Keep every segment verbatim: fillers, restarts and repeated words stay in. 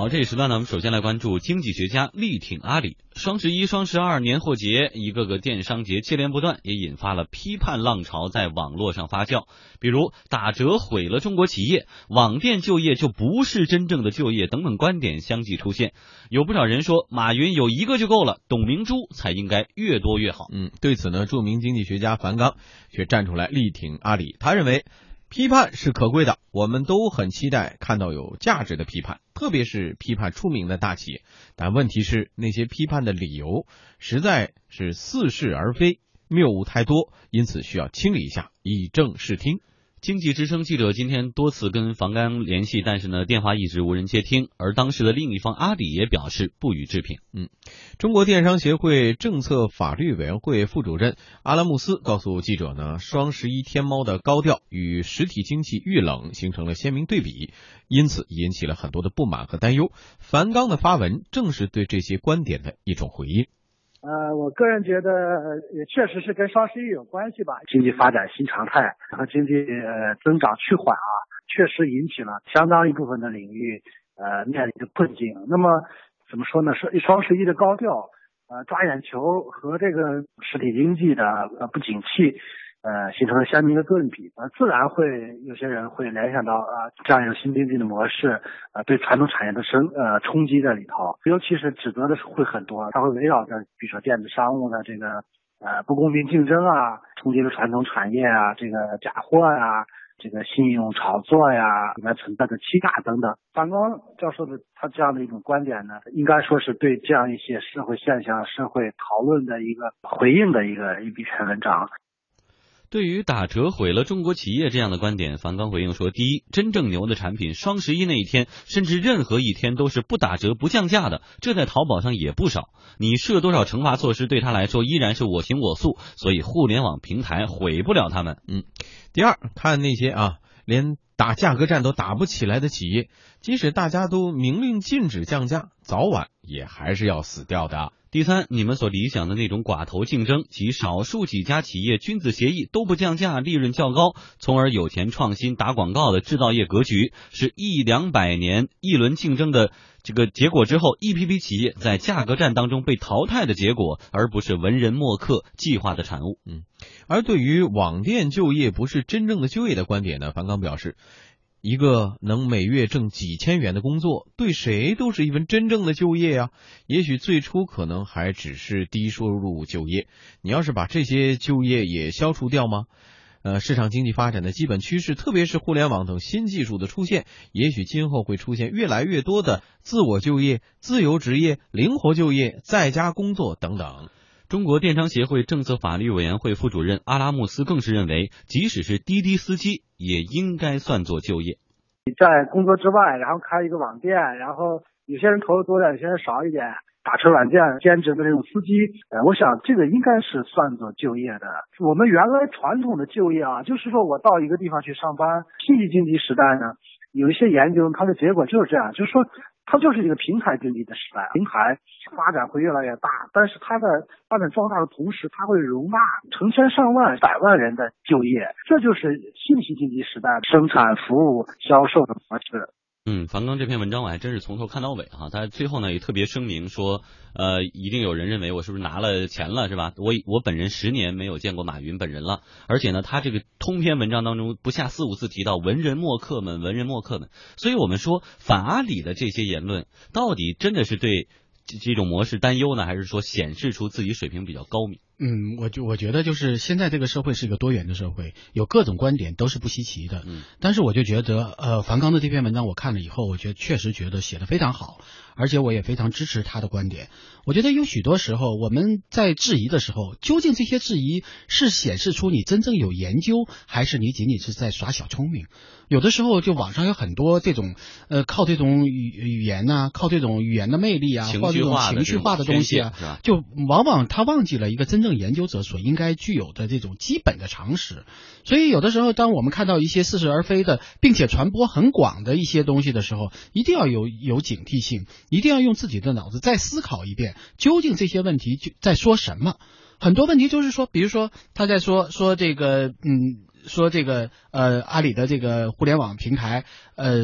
好，这一时段呢，我们首先来关注经济学家力挺阿里。双十一、双十二年货节，一个个电商节接连不断，也引发了批判浪潮在网络上发酵。比如打折毁了中国企业，网店就业就不是真正的就业等等观点相继出现。有不少人说，马云有一个就够了，董明珠才应该越多越好。 嗯，对此呢，著名经济学家樊纲却站出来力挺阿里。他认为，批判是可贵的，我们都很期待看到有价值的批判，特别是批判出名的大企业。但问题是，那些批判的理由实在是似是而非，谬误太多，因此需要清理一下，以正视听。 经济之声记者今天多次跟樊纲联系，但是呢，电话一直无人接听。而当时的另一方阿里也表示不予置评。 嗯，中国电商协会政策法律委员会副主任阿拉穆斯告诉记者呢，双十一天猫的高调与实体经济遇冷形成了鲜明对比，因此引起了很多的不满和担忧。樊纲的发文正是对这些观点的一种回应。 呃，我个人觉得也确实是跟双十一有关系吧。经济发展新常态和经济呃增长趋缓啊，确实引起了相当一部分的领域呃面临着困境。那么怎么说呢？是双十一的高调呃抓眼球和这个实体经济的呃不景气呃形成了鲜明的对比，呃自然会有些人会联想到啊、呃、这样一种新经济的模式呃对传统产业的生呃冲击在里头，尤其是指责的会很多，它会围绕着比如说电子商务的这个呃不公平竞争啊，冲击了传统产业啊，这个假货啊，这个信用炒作呀，里面存在的欺诈等等。樊纲教授的他这样的一种观点呢，应该说是对这样一些社会现象、社会讨论的一个回应的一个一篇文章。 对于打折毁了中国企业这样的观点，樊纲回应说，第一，真正牛的产品双十一那一天甚至任何一天都是不打折不降价的，这在淘宝上也不少，你设多少惩罚措施对他来说依然是我行我素，所以互联网平台毁不了他们。 嗯，第二，看那些啊连打价格战都打不起来的企业，即使大家都明令禁止降价，早晚也还是要死掉的。 第三，你们所理想的那种寡头竞争，即少数几家企业君子协议都不降价，利润较高，从而有钱创新打广告的制造业格局，是一两百年一轮竞争的这个结果之后，一批批企业在价格战当中被淘汰的结果，而不是文人墨客计划的产物。 嗯，而对于网店就业不是真正的就业的观点呢，樊纲表示，一个能每月挣几千元的工作，对谁都是一份真正的就业啊。也许最初可能还只是低收入就业，你要是把这些就业也消除掉吗？呃，市场经济发展的基本趋势，特别是互联网等新技术的出现，也许今后会出现越来越多的自我就业、自由职业、灵活就业、在家工作等等。 中国电商协会政策法律委员会副主任阿拉穆斯更是认为，即使是滴滴司机也应该算作就业。 你在工作之外，然后开一个网店，然后有些人投入多点，有些人少一点，打车软件兼职的这种司机，呃，我想这个应该是算作就业的。我们原来传统的就业啊，就是说我到一个地方去上班。信息经济时代呢，有一些研究，它的结果就是这样，就是说它就是一个平台经济的时代，平台发展会越来越大，但是它在发展壮大的同时，它会容纳成千上万、百万人的就业，这就是信息经济时代生产、服务、销售的模式。 嗯，樊纲这篇文章我还真是从头看到尾哈，他最后呢也特别声明说，呃，一定有人认为我是不是拿了钱了是吧？我我本人十年没有见过马云本人了，而且呢，他这个通篇文章当中不下四五次提到文人墨客们，文人墨客们，所以我们说反阿里的这些言论，到底真的是对这这种模式担忧呢，还是说显示出自己水平比较高明？ 嗯，我就我觉得就是现在这个社会是一个多元的社会，有各种观点都是不稀奇的。 嗯， 但是我就觉得，呃，樊纲的这篇文章我看了以后，我觉得确实觉得写得非常好，而且我也非常支持他的观点。我觉得有许多时候我们在质疑的时候，究竟这些质疑是显示出你真正有研究，还是你仅仅是在耍小聪明？有的时候就网上有很多这种呃靠这种语语言呐、啊，靠这种语言的魅力啊，靠这种情绪化的东西啊，就往往他忘记了一个真正研究者所应该具有的这种基本的常识。所以有的时候当我们看到一些似是而非的并且传播很广的一些东西的时候，一定要有有警惕性，一定要用自己的脑子再思考一遍，究竟这些问题就在说什么。很多问题就是说，比如说他在说说这个嗯说这个呃阿里的这个互联网平台呃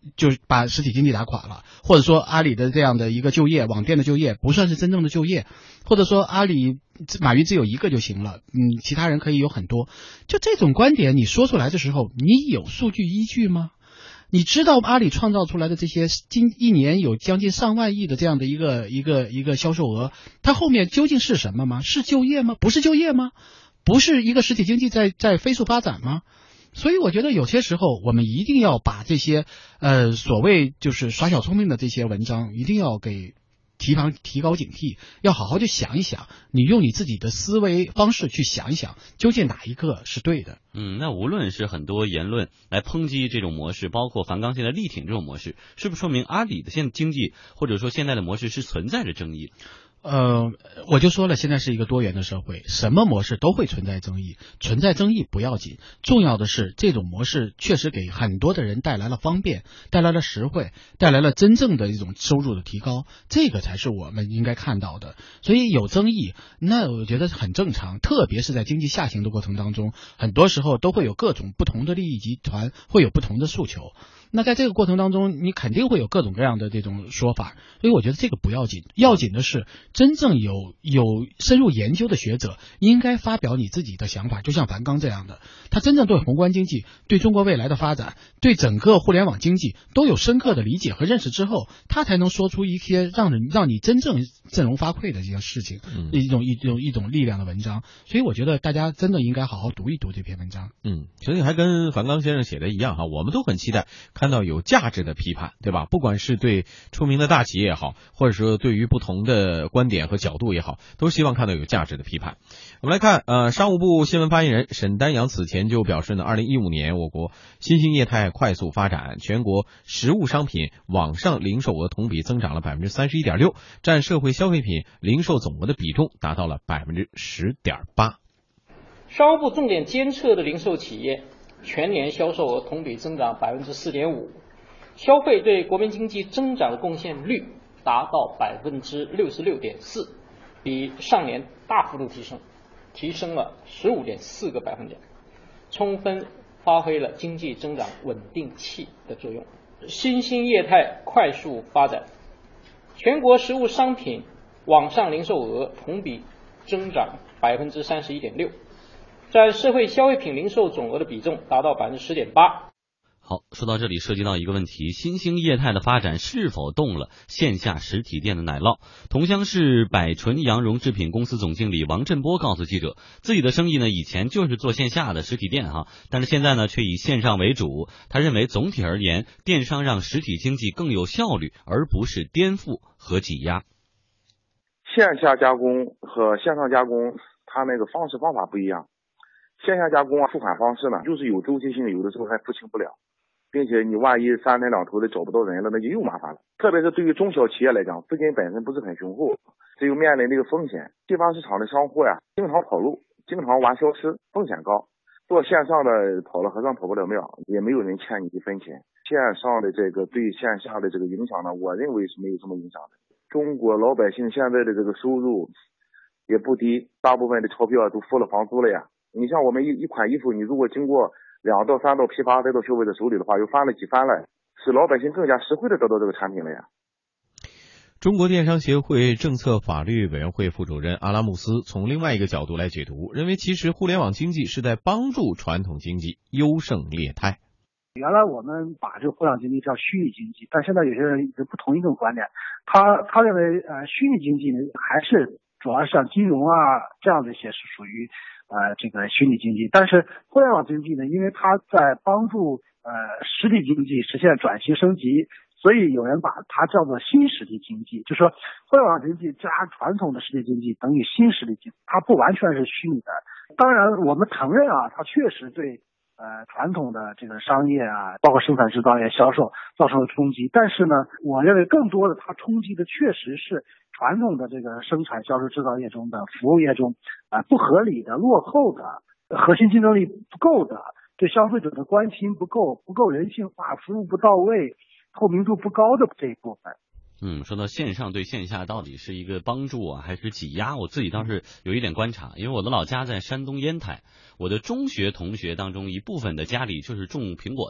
就把实体经济打垮了，或者说阿里的这样的一个就业，网店的就业不算是真正的就业，或者说阿里马云只有一个就行了，嗯，其他人可以有很多。就这种观点你说出来的时候，你有数据依据吗？你知道阿里创造出来的这些今一年有将近上万亿的这样的一个一个一个销售额，它后面究竟是什么吗？是就业吗？不是就业吗？不是一个实体经济在在飞速发展吗？所以我觉得有些时候我们一定要把这些呃所谓就是耍小聪明的这些文章一定要给提防提高警惕，要好好去想一想，你用你自己的思维方式去想一想，究竟哪一个是对的。 嗯，那无论是很多言论来抨击这种模式，包括樊纲现在力挺这种模式，是不是说明阿里的现在经济或者说现在的模式是存在着争议？ 呃，我就说了，现在是一个多元的社会，什么模式都会存在争议，存在争议不要紧，重要的是这种模式确实给很多的人带来了方便，带来了实惠，带来了真正的一种收入的提高，这个才是我们应该看到的。所以有争议，那我觉得很正常，特别是在经济下行的过程当中，很多时候都会有各种不同的利益集团会有不同的诉求。那在这个过程当中，你肯定会有各种各样的这种说法，所以我觉得这个不要紧，要紧的是真正有有深入研究的学者应该发表你自己的想法，就像樊纲这样的，他真正对宏观经济、对中国未来的发展、对整个互联网经济都有深刻的理解和认识之后，他才能说出一些让人让你真正振聋发聩的这件事情，嗯、一种一种一种力量的文章。所以我觉得大家真的应该好好读一读这篇文章。 嗯，所以还跟樊纲先生写的一样哈，我们都很期待看到有价值的批判，对吧？不管是对出名的大企业也好，或者说对于不同的观点和角度也好，都希望看到有价值的批判。我们来看，呃，商务部新闻发言人沈丹阳此前就表示呢，二零一五年我国新兴业态快速发展，全国实物商品网上零售额同比增长了百分之三十一点六，占社会消费品零售总额的比重达到了百分之十点八。 商务部重点监测的零售企业全年销售额同比增长百分之四点五，消费对国民经济增长的贡献率达到百分之六十六点四，比上年大幅度提升，提升了十五点四个百分点，充分发挥了经济增长稳定器的作用。新兴业态快速发展，全国实物商品网上零售额同比增长百分之三十一点六，占社会消费品零售总额的比重达到百分之十点八。 好，说到这里涉及到一个问题，新兴业态的发展是否动了线下实体店的奶酪？桐乡市百纯羊绒制品公司总经理王振波告诉记者，自己的生意呢以前就是做线下的实体店哈，但是现在呢却以线上为主。他认为总体而言，电商让实体经济更有效率，而不是颠覆和挤压。 线下加工和线上加工，它那个方式方法不一样。线下加工啊，付款方式呢，就是有周期性的，有的时候还付清不了。并且你万一三天两头的找不到人了，那就又麻烦了。特别是对于中小企业来讲，资金本身不是很雄厚，这又面临这个风险。地方市场的商户呀，经常跑路，经常玩消失，风险高。做线上的跑了和尚跑不了庙，也没有人欠你一分钱。线上的这个对线下的这个影响呢，我认为是没有什么影响的。中国老百姓现在的这个收入也不低，大部分的钞票都付了房租了呀。你像我们一一款衣服，你如果经过两到三道批发再到消费者手里的话，又翻了几番了，使老百姓更加实惠的得到这个产品了呀。 中国电商协会政策法律委员会副主任阿拉穆斯从另外一个角度来解读，认为其实互联网经济是在帮助传统经济优胜劣汰。 原来我们把这个互联网经济叫虚拟经济，但现在有些人有不同一种观点，他他认为呃虚拟经济呢还是主要是像金融啊这样的一些是属于呃，这个虚拟经济，但是互联网经济呢，因为它在帮助呃实体经济实现转型升级，所以有人把它叫做新实体经济，就是说互联网经济加传统的实体经济等于新实体经济，它不完全是虚拟的。当然，我们承认啊，它确实对呃传统的这个商业啊，包括生产制造业、销售造成了冲击，但是呢，我认为更多的它冲击的确实是传统的这个生产销售制造业中的服务业中啊、呃、不合理的、落后的、核心竞争力不够的、对消费者的关心不够、不够人性化、服务不到位、透明度不高的这一部分。 嗯，说到线上对线下到底是一个帮助啊，还是挤压？我自己倒是有一点观察，因为我的老家在山东烟台，我的中学同学当中一部分的家里就是种苹果的。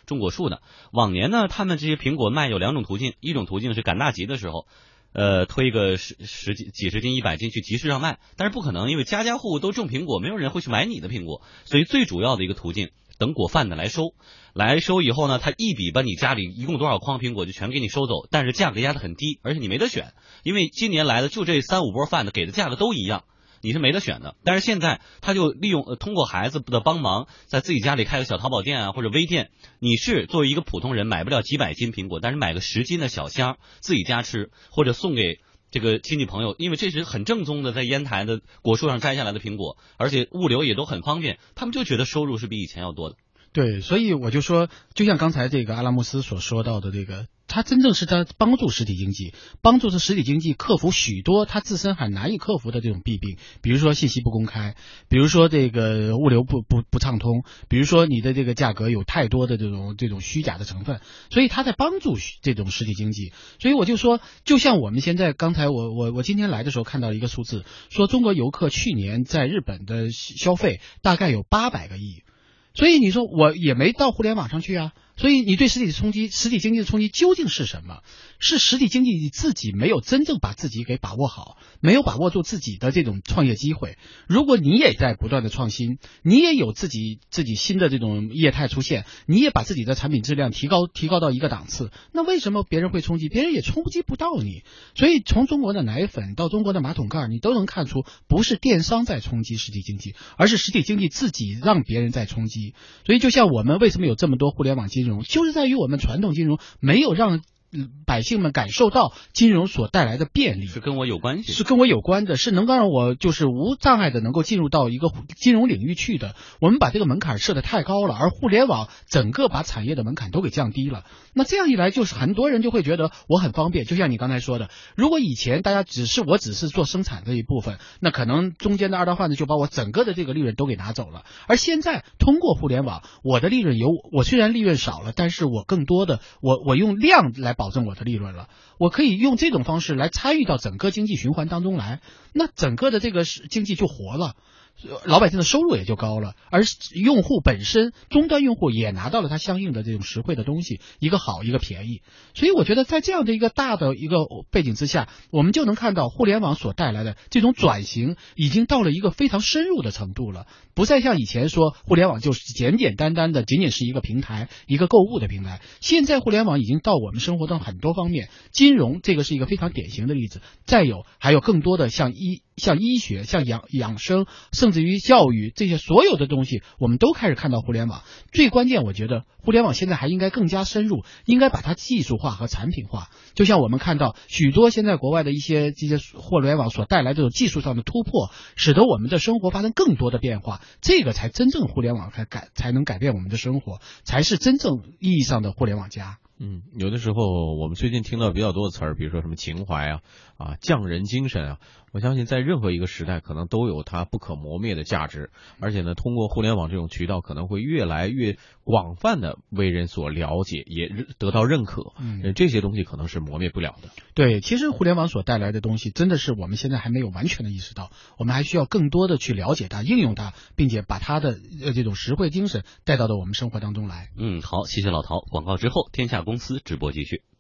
种果树的。往年呢，他们这些苹果卖有两种途径，一种途径是赶大集的时候，呃，推个十十几几十斤、一百斤去集市上卖，但是不可能，因为家家户户都种苹果，没有人会去买你的苹果，所以最主要的一个途径，等果贩子来收，来收以后呢，他一笔把你家里一共多少筐苹果就全给你收走，但是价格压得很低，而且你没得选，因为今年来的就这三五波贩子给的价格都一样。你是没得选的，但是现在他就利用、呃、通过孩子的帮忙，在自己家里开个小淘宝店啊，或者微店。你是作为一个普通人买不了几百斤苹果，但是买个十斤的小箱，自己家吃，或者送给这个亲戚朋友，因为这是很正宗的在烟台的果树上摘下来的苹果，而且物流也都很方便，他们就觉得收入是比以前要多的。 对，所以我就说，就像刚才这个阿拉穆斯所说到的这个。它真正是在帮助实体经济，帮助这实体经济克服许多它自身很难以克服的这种弊病，比如说信息不公开，比如说这个物流不不不畅通，比如说你的这个价格有太多的这种这种虚假的成分，所以它在帮助这种实体经济。所以我就说，就像我们现在刚才我我我今天来的时候看到一个数字，说中国游客去年在日本的消费大概有八百个亿，所以你说我也没到互联网上去啊。所以你对实体的冲击，实体经济的冲击究竟是什么？是实体经济你自己没有真正把自己给把握好，没有把握住自己的这种创业机会。如果你也在不断的创新，你也有自己自己新的这种业态出现，你也把自己的产品质量提高提高到一个档次，那为什么别人会冲击？别人也冲击不到你。所以从中国的奶粉到中国的马桶盖，你都能看出，不是电商在冲击实体经济，而是实体经济自己让别人在冲击。所以就像我们为什么有这么多互联网金融，就是在于我们传统金融没有让百姓们感受到金融所带来的便利， 是跟我有关系， 是跟我有关的，是能够让我就是无障碍的能够进入到一个金融领域去的。我们把这个门槛设得太高了，而互联网整个把产业的门槛都给降低了。那这样一来，就是很多人就会觉得我很方便。就像你刚才说的，如果以前大家只是我只是做生产这一部分，那可能中间的二道贩子就把我整个的这个利润都给拿走了。而现在通过互联网，我的利润有我虽然利润少了，但是我更多的我我用量来保证我的利润了，我可以用这种方式来参与到整个经济循环当中来，那整个的这个经济就活了，老百姓的收入也就高了，而用户本身终端用户也拿到了他相应的这种实惠的东西，一个好一个便宜。所以我觉得在这样的一个大的一个背景之下，我们就能看到互联网所带来的这种转型已经到了一个非常深入的程度了，不再像以前说互联网就是简简单单的仅仅是一个平台，一个购物的平台。现在互联网已经到我们生活中很多方面，金融这个是一个非常典型的例子，再有还有更多的像医像医学像养养生甚至于教育这些所有的东西，我们都开始看到互联网。最关键我觉得互联网现在还应该更加深入，应该把它技术化和产品化。就像我们看到许多现在国外的一些这些互联网所带来这种技术上的突破，使得我们的生活发生更多的变化，这个才真正互联网才改才能改变我们的生活，才是真正意义上的互联网加。 嗯，有的时候我们最近听到比较多的词儿，比如说什么情怀啊、啊匠人精神啊，我相信在任何一个时代可能都有它不可磨灭的价值，而且呢，通过互联网这种渠道，可能会越来越广泛的为人所了解，也得到认可。嗯，这些东西可能是磨灭不了的。 对，其实互联网所带来的东西，真的是我们现在还没有完全的意识到，我们还需要更多的去了解它、应用它，并且把它的呃这种实惠精神带到到我们生活当中来。 嗯，好，谢谢老陶。广告之后，天下公司直播继续。